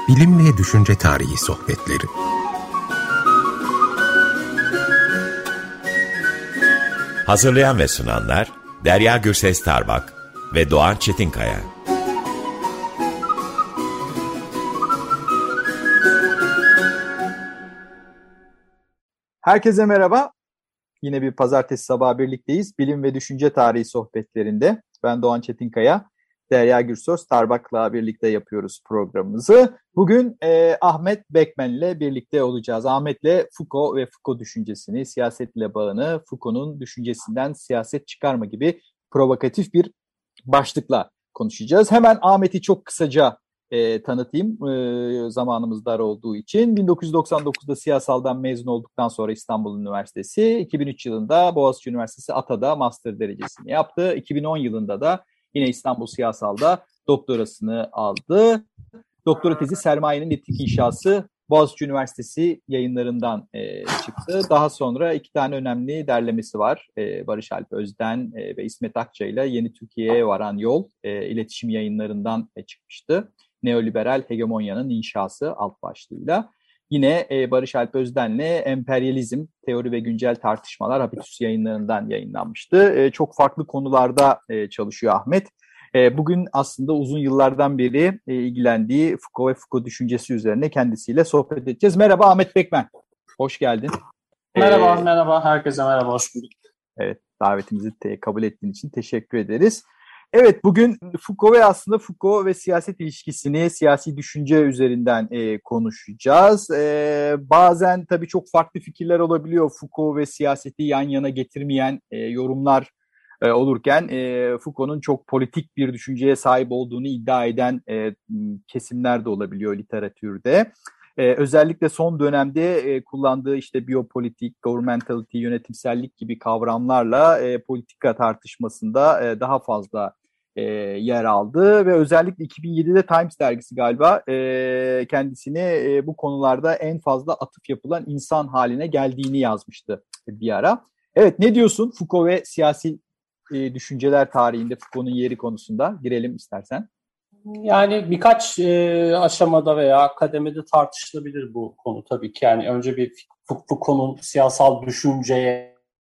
Bilim ve Düşünce Tarihi Sohbetleri. Hazırlayan ve sunanlar Derya Gürses Tarbak ve Doğan Çetinkaya. Herkese merhaba. Yine bir pazartesi sabahı birlikteyiz. Bilim ve Düşünce Tarihi Sohbetlerinde. Ben Doğan Çetinkaya, Derya Gürses Tarbak'la birlikte yapıyoruz programımızı. Bugün Ahmet Beckman ile birlikte olacağız. Ahmet'le Foucault ve Foucault düşüncesini, siyasetle bağını, Foucault'un düşüncesinden siyaset çıkarma gibi provokatif bir başlıkla konuşacağız. Hemen Ahmet'i çok kısaca tanıtayım zamanımız dar olduğu için. 1999'da siyasaldan mezun olduktan sonra İstanbul Üniversitesi, 2003 yılında Boğaziçi Üniversitesi ATA'da master derecesini yaptı. 2010 yılında da yine İstanbul Siyasal'da doktorasını aldı. Doktora tezi Sermayenin Etik İnşası Boğaziçi Üniversitesi yayınlarından çıktı. Daha sonra iki tane önemli derlemesi var. Barış Alp Özden ve İsmet Akça ile Yeni Türkiye'ye Varan Yol iletişim yayınlarından çıkmıştı. Neoliberal Hegemonyanın İnşası alt başlığıyla. Yine Barış Alp Özden'le Emperyalizm, Teori ve Güncel Tartışmalar Habitus yayınlarından yayınlanmıştı. Çok farklı konularda çalışıyor Ahmet. Bugün aslında uzun yıllardan beri ilgilendiği Foucault ve Foucault düşüncesi üzerine kendisiyle sohbet edeceğiz. Merhaba Ahmet Beckman, hoş geldin. Merhaba, herkese merhaba, hoş bulduk. Evet, davetimizi kabul ettiğin için teşekkür ederiz. Evet, bugün Foucault ve siyaset ilişkisini, siyasi düşünce üzerinden konuşacağız. Bazen tabii çok farklı fikirler olabiliyor. Foucault ve siyaseti yan yana getirmeyen yorumlar olurken Foucault'un çok politik bir düşünceye sahip olduğunu iddia eden kesimler de olabiliyor literatürde. Özellikle son dönemde kullandığı işte biyopolitik, governmentality, yönetimsellik gibi kavramlarla politika tartışmasında daha fazla yer aldı ve özellikle 2007'de Times dergisi galiba kendisini bu konularda en fazla atıf yapılan insan haline geldiğini yazmıştı bir ara. Evet, ne diyorsun Foucault ve siyasi düşünceler tarihinde Foucault'un yeri konusunda? Girelim istersen. Yani birkaç aşamada veya kademede tartışılabilir bu konu tabii ki. Yani önce bir Foucault'un siyasal düşünceye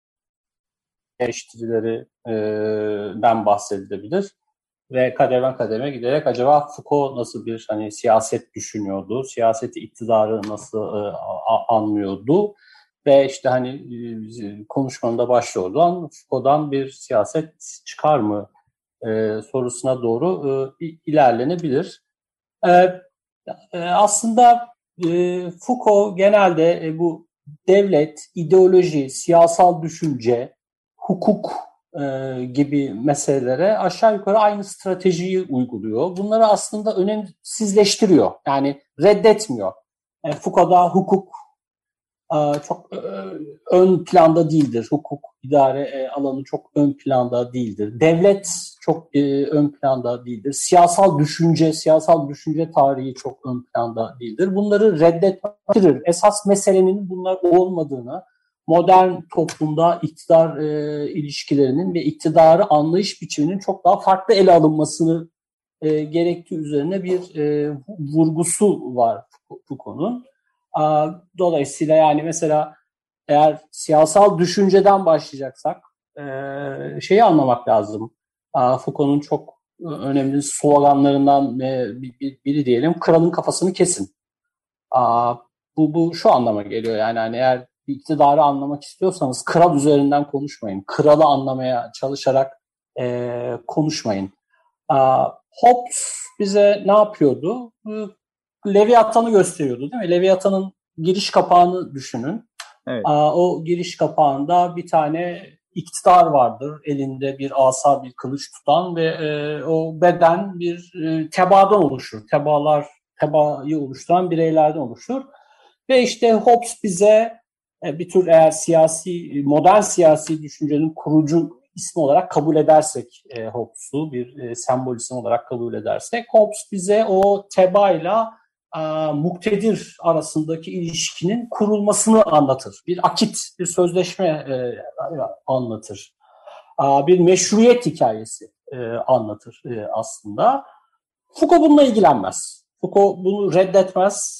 eleştirilerinden bahsedilebilir. Ve kademe kademe giderek acaba Foucault nasıl bir siyaset düşünüyordu, siyaseti iktidarı nasıl anlıyordu ve işte konuşmanın da başlığı olan Foucault'dan bir siyaset çıkar mı sorusuna doğru ilerlenebilir. Aslında Foucault genelde bu devlet, ideoloji, siyasal düşünce, hukuk gibi meselelere aşağı yukarı aynı stratejiyi uyguluyor. Bunları aslında önemsizleştiriyor. Yani reddetmiyor. Foucault'da hukuk çok ön planda değildir. Hukuk, idare alanı çok ön planda değildir. Devlet çok ön planda değildir. Siyasal düşünce tarihi çok ön planda değildir. Bunları reddettirir. Esas meselenin bunlar olmadığını, modern toplumda iktidar ilişkilerinin ve iktidarı anlayış biçiminin çok daha farklı ele alınmasını gerektiği üzerine bir vurgusu var Foucault'un. Dolayısıyla yani mesela eğer siyasal düşünceden başlayacaksak şeyi anlamak lazım. Foucault'un çok önemli sloganlarından biri diyelim, kralın kafasını kesin. Bu şu anlama geliyor yani eğer bir iktidarı anlamak istiyorsanız kral üzerinden konuşmayın. Kralı anlamaya çalışarak konuşmayın. Hobbes bize ne yapıyordu? Leviathan'ı gösteriyordu değil mi? Leviathan'ın giriş kapağını düşünün. Evet. O giriş kapağında bir tane iktidar vardır. Elinde bir asa, bir kılıç tutan ve o beden bir tebaadan oluşur. Tebaayı oluşturan bireylerden oluşur. Ve işte Hobbes bize bir tür eğer modern siyasi düşüncenin kurucu ismi olarak kabul edersek Hobbes'u bir sembol isim olarak kabul edersek Hobbes bize o tebaayla muktedir arasındaki ilişkinin kurulmasını anlatır. Bir akit, bir sözleşme anlatır. Bir meşruiyet hikayesi anlatır aslında. Foucault bununla ilgilenmez. Foucault bunu reddetmez,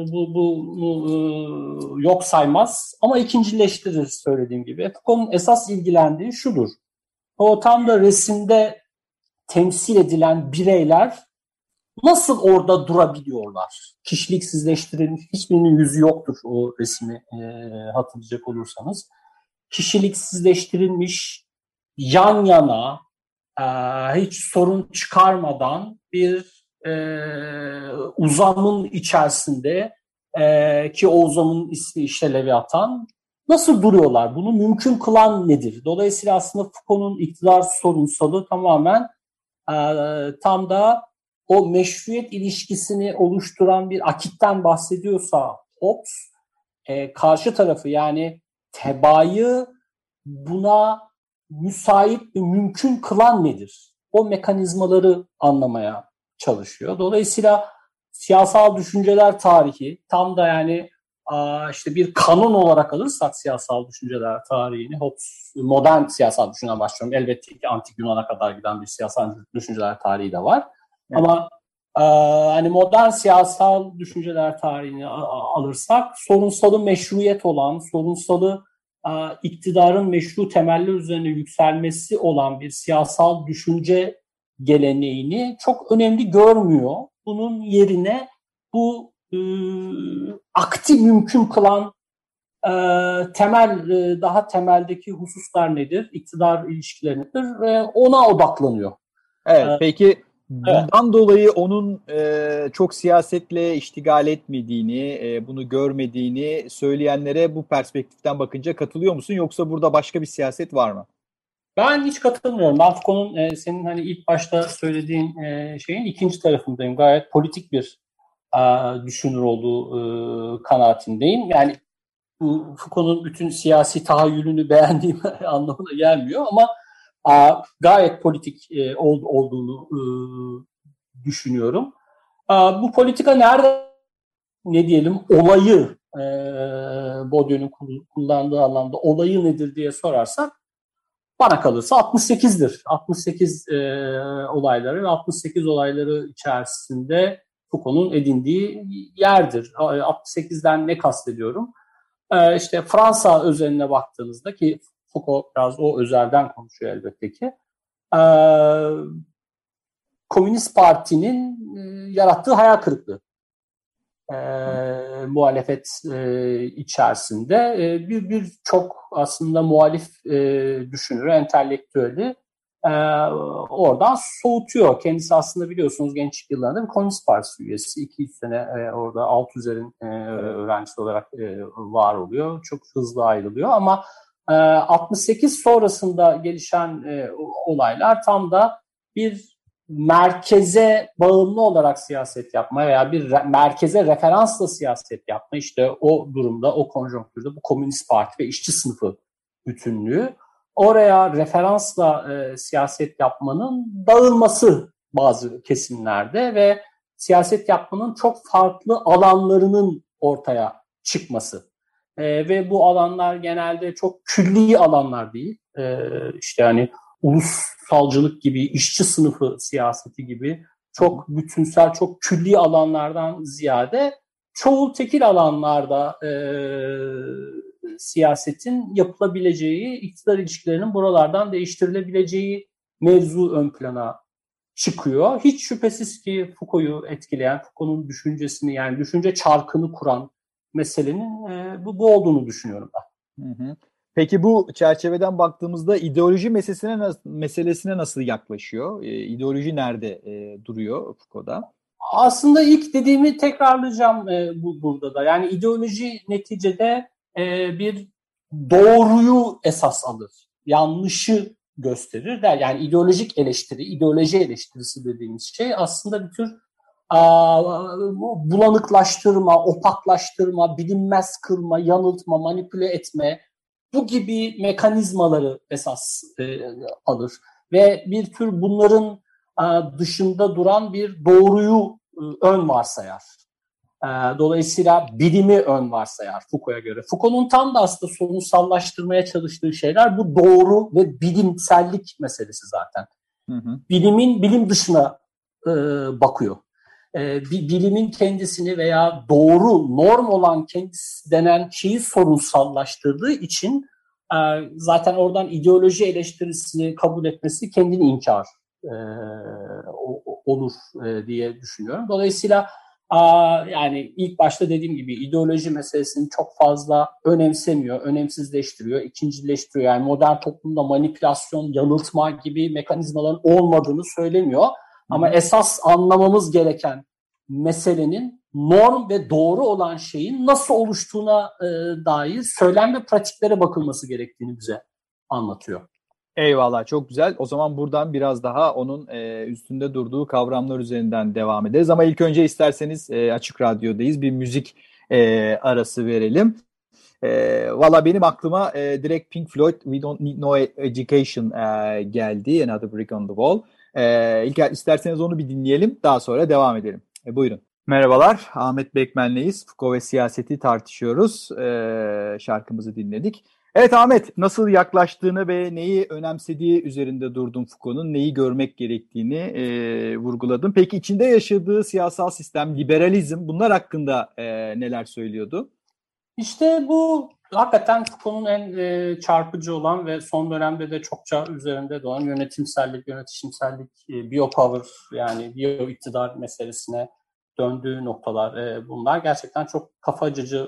bunu yok saymaz ama ikincileştirir söylediğim gibi. Foucault'un esas ilgilendiği şudur. O tam da resimde temsil edilen bireyler nasıl orada durabiliyorlar? Kişiliksizleştirilmiş, hiçbirinin yüzü yoktur o resmi hatırlayacak olursanız. Kişiliksizleştirilmiş, yan yana, hiç sorun çıkarmadan bir uzamın içerisinde ki o uzamın ismi işte Leviathan nasıl duruyorlar? Bunu mümkün kılan nedir? Dolayısıyla aslında Foucault'un iktidar sorunsalı tamamen tam da o meşruiyet ilişkisini oluşturan bir akitten bahsediyorsa Hobbes, karşı tarafı yani tebaayı buna müsait ve mümkün kılan nedir? O mekanizmaları anlamaya çalışıyor. Dolayısıyla siyasal düşünceler tarihi tam da yani işte bir kanun olarak alırsak siyasal düşünceler tarihini, Hobbes modern siyasal düşünceler başlıyorum. Elbette ki antik Yunan'a kadar giden bir siyasal düşünceler tarihi de var. Evet. Ama hani modern siyasal düşünceler tarihini alırsak sorunsalı meşruiyet olan, sorunsalı iktidarın meşru temeller üzerine yükselmesi olan bir siyasal düşünce geleneğini çok önemli görmüyor. Bunun yerine bu akti mümkün kılan daha temeldeki hususlar nedir? İktidar ilişkileri nedir? Ona odaklanıyor. Evet, peki bundan dolayı onun çok siyasetle iştigal etmediğini, bunu görmediğini söyleyenlere bu perspektiften bakınca katılıyor musun? Yoksa burada başka bir siyaset var mı? Ben hiç katılmıyorum. Ben Foucault'un senin hani ilk başta söylediğin şeyin ikinci tarafındayım. Gayet politik bir düşünür olduğu kanaatindeyim. Yani bu Foucault'un bütün siyasi tahayyülünü beğendiğim anlamına gelmiyor ama gayet politik olduğunu düşünüyorum. Bu politika nerede, ne diyelim, olayı, Bourdieu'nun kullandığı anlamda olayı nedir diye sorarsak bana kalırsa 68'dir. 68 olayları ve 68 olayları içerisinde Foucault'un edindiği yerdir. 68'den ne kastediyorum? İşte Fransa özeline baktığınızda ki Foucault biraz o özelden konuşuyor elbette ki. Komünist Parti'nin yarattığı hayal kırıklığı. Muhalefet içerisinde bir çok aslında muhalif düşünürü, entelektüeli oradan soğutuyor. Kendisi aslında biliyorsunuz gençlik yıllarında bir Komünist Partisi üyesi. 2-3 sene orada Altuzer'in öğrencisi olarak var oluyor. Çok hızlı ayrılıyor ama 68 sonrasında gelişen olaylar tam da bir merkeze bağımlı olarak siyaset yapma veya bir merkeze referansla siyaset yapma, işte o durumda, o konjonktürde bu Komünist Parti ve işçi sınıfı bütünlüğü, oraya referansla siyaset yapmanın dağılması bazı kesimlerde ve siyaset yapmanın çok farklı alanlarının ortaya çıkması. Ve bu alanlar genelde çok külli alanlar değil. İşte yani ulusalcılık gibi, işçi sınıfı siyaseti gibi çok bütünsel, çok külli alanlardan ziyade çoğul tekil alanlarda siyasetin yapılabileceği, iktidar ilişkilerinin buralardan değiştirilebileceği mevzu ön plana çıkıyor. Hiç şüphesiz ki Foucault'u etkileyen, Foucault'un düşüncesini, yani düşünce çarkını kuran meselenin bu olduğunu düşünüyorum ben. Hı hı. Peki bu çerçeveden baktığımızda ideoloji meselesine nasıl yaklaşıyor? İdeoloji nerede duruyor Foucault'da? Aslında ilk dediğimi tekrarlayacağım burada da. Yani ideoloji neticede bir doğruyu esas alır, yanlışı gösterir der. Yani ideolojik eleştiri, ideoloji eleştirisi dediğimiz şey aslında bir tür bulanıklaştırma, opaklaştırma, bilinmez kılma, yanıltma, manipüle etme, bu gibi mekanizmaları esas alır. Ve bir tür bunların dışında duran bir doğruyu ön varsayar. Dolayısıyla bilimi ön varsayar Foucault'a göre. Foucault'un tam da aslında sorunsallaştırmaya çalıştığı şeyler bu doğru ve bilimsellik meselesi zaten. Hı hı. Bilimin bilim dışına bakıyor. bilimin kendisini veya doğru, norm olan kendisi denen şeyi sorunsallaştırdığı için zaten oradan ideoloji eleştirisini kabul etmesi kendini inkar olur diye düşünüyorum. Dolayısıyla yani ilk başta dediğim gibi ideoloji meselesini çok fazla önemsemiyor, önemsizleştiriyor, ikincileştiriyor. Yani modern toplumda manipülasyon, yanıltma gibi mekanizmaların olmadığını söylemiyor. Ama esas anlamamız gereken meselenin norm ve doğru olan şeyin nasıl oluştuğuna dair söylem ve pratiklere bakılması gerektiğini bize anlatıyor. Eyvallah, çok güzel. O zaman buradan biraz daha onun üstünde durduğu kavramlar üzerinden devam ederiz. Ama ilk önce isterseniz Açık Radyo'dayız. Bir müzik arası verelim. Valla benim aklıma direkt Pink Floyd We Don't Need No Education geldi. Another Brick on the Wall. İlk isterseniz onu bir dinleyelim. Daha sonra devam edelim. Buyurun. Merhabalar. Ahmet Bekmen'leyiz. Foucault ve siyaseti tartışıyoruz. Şarkımızı dinledik. Evet Ahmet, nasıl yaklaştığını ve neyi önemsediği üzerinde durdun Foucault'un, neyi görmek gerektiğini vurguladın. Peki içinde yaşadığı siyasal sistem, liberalizm, bunlar hakkında neler söylüyordu? İşte bu hakikaten Foucault'un en çarpıcı olan ve son dönemde de çokça üzerinde doğan yönetimsellik, yönetişimsellik, biopower yani bio iktidar meselesine döndüğü noktalar bunlar gerçekten çok kafa açıcı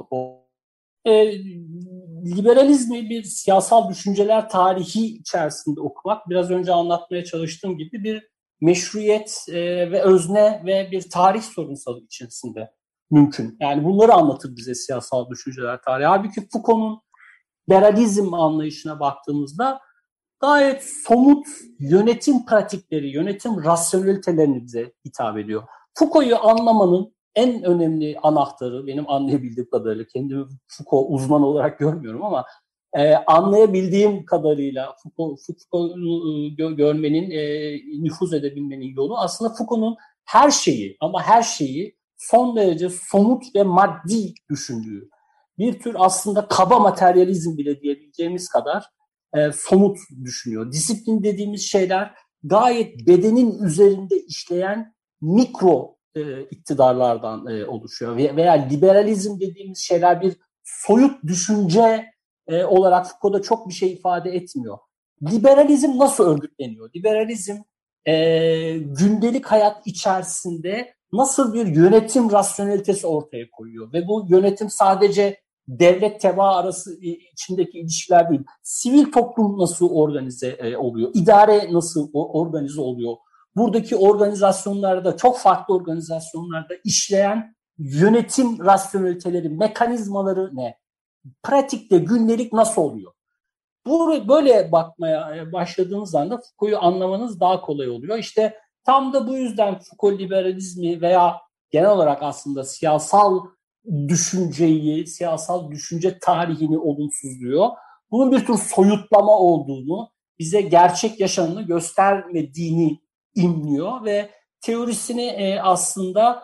liberalizmi bir siyasal düşünceler tarihi içerisinde okumak, biraz önce anlatmaya çalıştığım gibi bir meşruiyet ve özne ve bir tarih sorunsalı içerisinde mümkün. Yani bunları anlatır bize siyasal düşünceler tarihi. Halbuki Foucault'un liberalizm anlayışına baktığımızda gayet somut yönetim pratikleri, yönetim rasyonelitelerini bize hitap ediyor. Foucault'u anlamanın en önemli anahtarı, benim anlayabildiğim kadarıyla, kendimi Foucault uzmanı olarak görmüyorum ama anlayabildiğim kadarıyla Foucault'u görmenin, nüfuz edebilmenin yolu aslında Foucault'un her şeyi ama her şeyi son derece somut ve maddi düşündüğü, bir tür aslında kaba materyalizm bile diyebileceğimiz kadar somut düşünüyor. Disiplin dediğimiz şeyler gayet bedenin üzerinde işleyen mikro iktidarlardan oluşuyor. Veya liberalizm dediğimiz şeyler bir soyut düşünce olarak Foucault'da çok bir şey ifade etmiyor. Liberalizm nasıl örgütleniyor? Liberalizm gündelik hayat içerisinde nasıl bir yönetim rasyonelitesi ortaya koyuyor? Ve bu yönetim sadece devlet tebaa arası içindeki ilişkiler değil. Sivil toplum nasıl organize oluyor? İdare nasıl organize oluyor? Buradaki organizasyonlarda, çok farklı organizasyonlarda işleyen yönetim rasyoneliteleri, mekanizmaları ne? Pratikte, gündelik nasıl oluyor? Böyle bakmaya başladığınız anda Foucault'u anlamanız daha kolay oluyor. İşte tam da bu yüzden Foucault liberalizmi veya genel olarak aslında siyasal düşünceyi, siyasal düşünce tarihini olumsuzluyor. Bunun bir tür soyutlama olduğunu, bize gerçek yaşamını göstermediğini imliyor ve teorisini aslında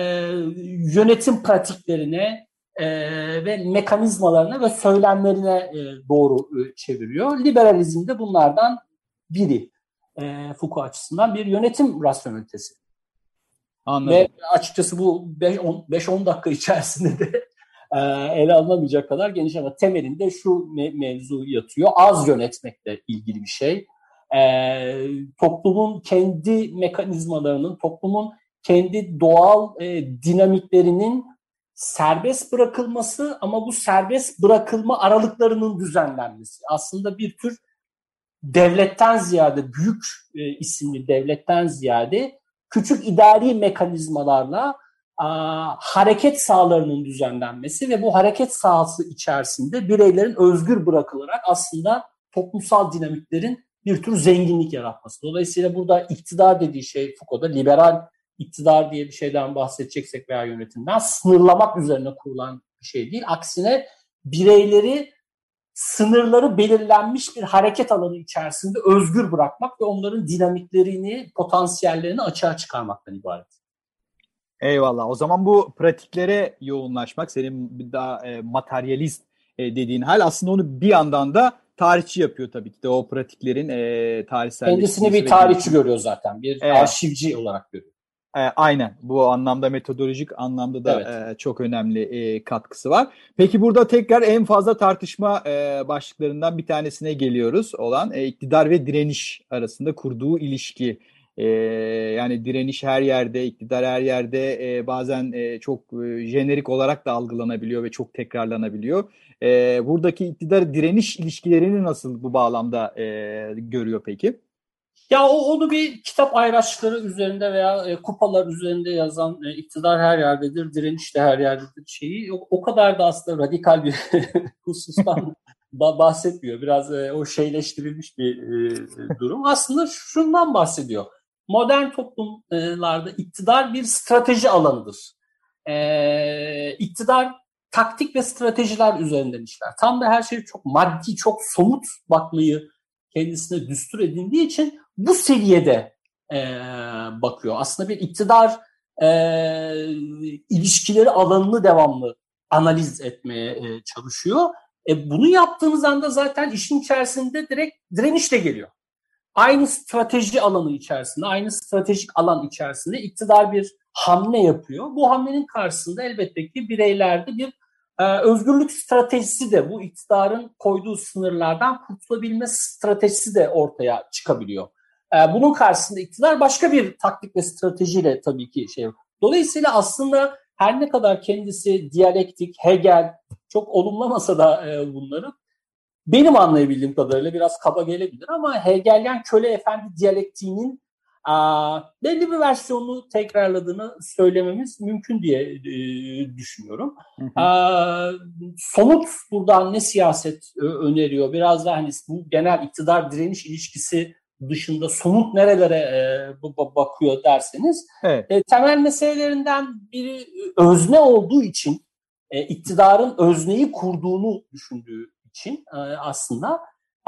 yönetim pratiklerine ve mekanizmalarına ve söylemlerine doğru çeviriyor. Liberalizm de bunlardan biri. Foucault açısından bir yönetim rasyonelitesi. Anladım. Ve açıkçası bu 5-10 dakika içerisinde de ele alınamayacak kadar geniş ama temelinde şu mevzu yatıyor. Az yönetmekle ilgili bir şey. Toplumun kendi mekanizmalarının, toplumun kendi doğal dinamiklerinin serbest bırakılması ama bu serbest bırakılma aralıklarının düzenlenmesi. Aslında bir tür devletten ziyade, büyük isimli devletten ziyade küçük idari mekanizmalarla hareket sahalarının düzenlenmesi ve bu hareket sahası içerisinde bireylerin özgür bırakılarak aslında toplumsal dinamiklerin bir tür zenginlik yaratması. Dolayısıyla burada iktidar dediği şey Foucault'da liberal iktidar diye bir şeyden bahsedeceksek veya yönetimden sınırlamak üzerine kurulan bir şey değil. Aksine bireyleri sınırları belirlenmiş bir hareket alanı içerisinde özgür bırakmak ve onların dinamiklerini, potansiyellerini açığa çıkarmaktan ibaret. Eyvallah. O zaman bu pratiklere yoğunlaşmak, senin daha materyalist dediğin hal aslında onu bir yandan da tarihçi yapıyor tabii ki de o pratiklerin tarihselleşmesi. Kendisini bir tarihçi görüyor zaten. Bir arşivci olarak görüyor. Aynen. Bu anlamda metodolojik anlamda da Evet. çok önemli katkısı var. Peki burada tekrar en fazla tartışma başlıklarından bir tanesine geliyoruz olan iktidar ve direniş arasında kurduğu ilişki. Yani direniş her yerde, iktidar her yerde bazen çok jenerik olarak da algılanabiliyor ve çok tekrarlanabiliyor. Buradaki iktidar-direniş ilişkilerini nasıl bu bağlamda görüyor peki? Ya onu bir kitap ayraçları üzerinde veya kupalar üzerinde yazan iktidar her yerdedir, direniş de her yerdedir şeyi o kadar da aslında radikal bir husustan bahsetmiyor. Biraz o şeyleştirilmiş bir durum. Aslında şundan bahsediyor. Modern toplumlarda iktidar bir strateji alanıdır. İktidar taktik ve stratejiler üzerinden işler. Tam da her şey çok maddi, çok somut bakmayı kendisine düstur edindiği için bu seviyede bakıyor. Aslında bir iktidar ilişkileri alanını devamlı analiz etmeye çalışıyor. Bunu yaptığınız anda zaten işin içerisinde direkt direniş de geliyor. Aynı strateji alanı içerisinde, aynı stratejik alan içerisinde iktidar bir hamle yapıyor. Bu hamlenin karşısında elbette ki bireylerde bir özgürlük stratejisi de, bu iktidarın koyduğu sınırlardan kurtulabilme stratejisi de ortaya çıkabiliyor. Bunun karşısında iktidar başka bir taktik ve stratejiyle tabii ki şey. Dolayısıyla aslında her ne kadar kendisi diyalektik, Hegel çok olumlamasa da bunları, benim anlayabildiğim kadarıyla biraz kaba gelebilir ama Hegelian köle efendi diyalektiğinin belli bir versiyonunu tekrarladığını söylememiz mümkün diye düşünüyorum. Somut buradan ne siyaset öneriyor? Biraz da hani bu genel iktidar direniş ilişkisi dışında somut nerelere bakıyor derseniz, evet. Temel meselelerinden biri özne olduğu için, iktidarın özneyi kurduğunu düşündüğü için aslında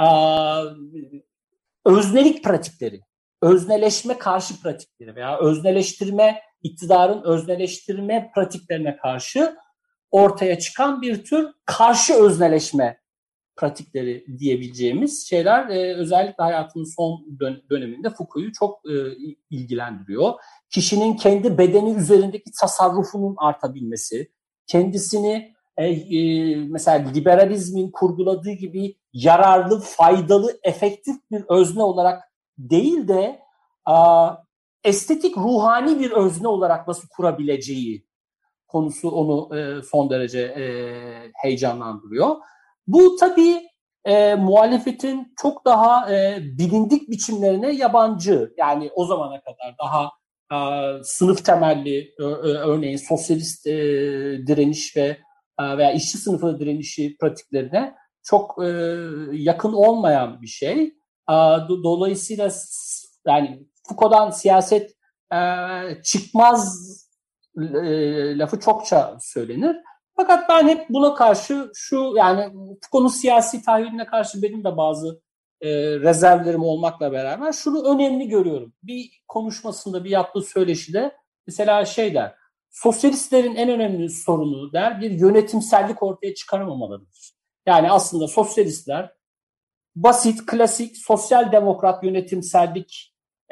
öznelik pratikleri, özneleşme karşı pratikleri veya özneleştirme, iktidarın özneleştirme pratiklerine karşı ortaya çıkan bir tür karşı özneleşme pratikleri diyebileceğimiz şeyler özellikle hayatının son döneminde Foucault'u çok ilgilendiriyor. Kişinin kendi bedeni üzerindeki tasarrufunun artabilmesi, kendisini mesela liberalizmin kurguladığı gibi yararlı, faydalı, efektif bir özne olarak değil de estetik, ruhani bir özne olarak nasıl kurabileceği konusu onu son derece heyecanlandırıyor. Bu tabii muhalefetin çok daha bilindik biçimlerine yabancı. Yani o zamana kadar daha sınıf temelli, örneğin sosyalist direniş veya işçi sınıfı direnişi pratiklerine çok yakın olmayan bir şey. Dolayısıyla yani Foucault'dan siyaset çıkmaz lafı çokça söylenir. Fakat ben hep buna karşı yani Foucault'un siyasi tahlиline karşı benim de bazı rezervlerim olmakla beraber şunu önemli görüyorum. Bir konuşmasında, bir yaptığı söyleşide mesela şey der, sosyalistlerin en önemli sorunu der, bir yönetimsellik ortaya çıkaramamalarıdır. Yani aslında sosyalistler basit, klasik, sosyal demokrat yönetimsellik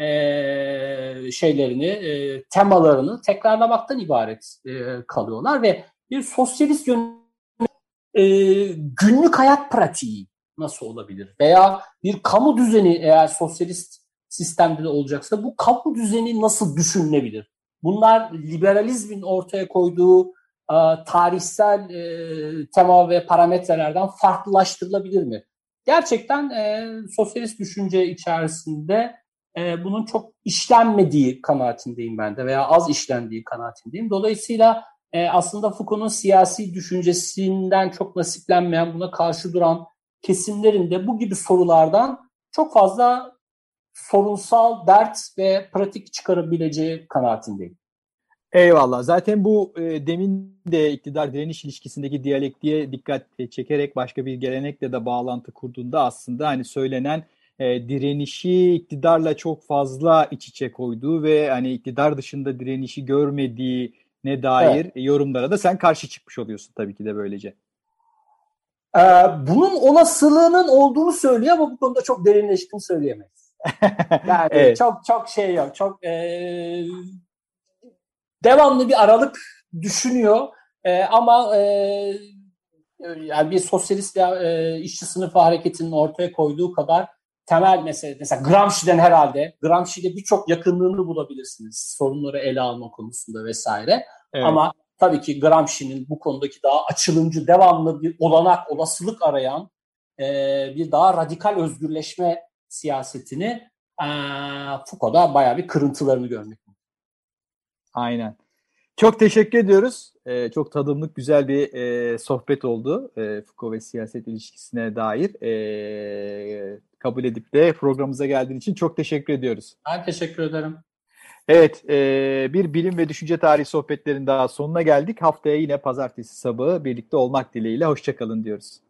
şeylerini, temalarını tekrarlamaktan ibaret kalıyorlar ve bir sosyalist günlük hayat pratiği nasıl olabilir? Veya bir kamu düzeni eğer sosyalist sistemde de olacaksa bu kamu düzeni nasıl düşünülebilir? Bunlar liberalizmin ortaya koyduğu tarihsel tema ve parametrelerden farklılaştırılabilir mi? Gerçekten sosyalist düşünce içerisinde bunun çok işlenmediği kanaatindeyim ben de veya az işlendiği kanaatindeyim. Dolayısıyla aslında Foucault'un siyasi düşüncesinden çok nasiplenmeyen, buna karşı duran kesimlerin de bu gibi sorulardan çok fazla sorunsal dert ve pratik çıkarabileceği kanaatindeyim. Eyvallah. Zaten bu demin de iktidar direniş ilişkisindeki diyalektiğe dikkat çekerek başka bir gelenekle de bağlantı kurduğunda aslında hani söylenen direnişi iktidarla çok fazla iç içe koyduğu ve hani iktidar dışında direnişi görmediğine dair yorumlara da sen karşı çıkmış oluyorsun tabii ki de böylece. Bunun olasılığının olduğunu söylüyor ama bu konuda çok derinleştiğini söyleyemeyiz. Yani evet. Çok şey yok. Çok devamlı bir aralık düşünüyor ama yani bir sosyalist işçi sınıfı hareketinin ortaya koyduğu kadar temel mesele, mesela Gramsci'den herhalde, Gramsci'de birçok yakınlığını bulabilirsiniz sorunları ele alma konusunda vesaire. Evet. Ama tabii ki Gramsci'nin bu konudaki daha açılımcı, devamlı bir olanak, olasılık arayan bir daha radikal özgürleşme siyasetini Foucault'da bayağı bir kırıntılarını görmek. Aynen. Çok teşekkür ediyoruz. Çok tadımlık, güzel bir sohbet oldu. Foucault ve siyaset ilişkisine dair. Kabul edip de programımıza geldiğin için çok teşekkür ediyoruz. Ben teşekkür ederim. Evet, bir bilim ve düşünce tarihi sohbetlerinin daha sonuna geldik. Haftaya yine pazartesi sabahı birlikte olmak dileğiyle. Hoşça kalın diyoruz.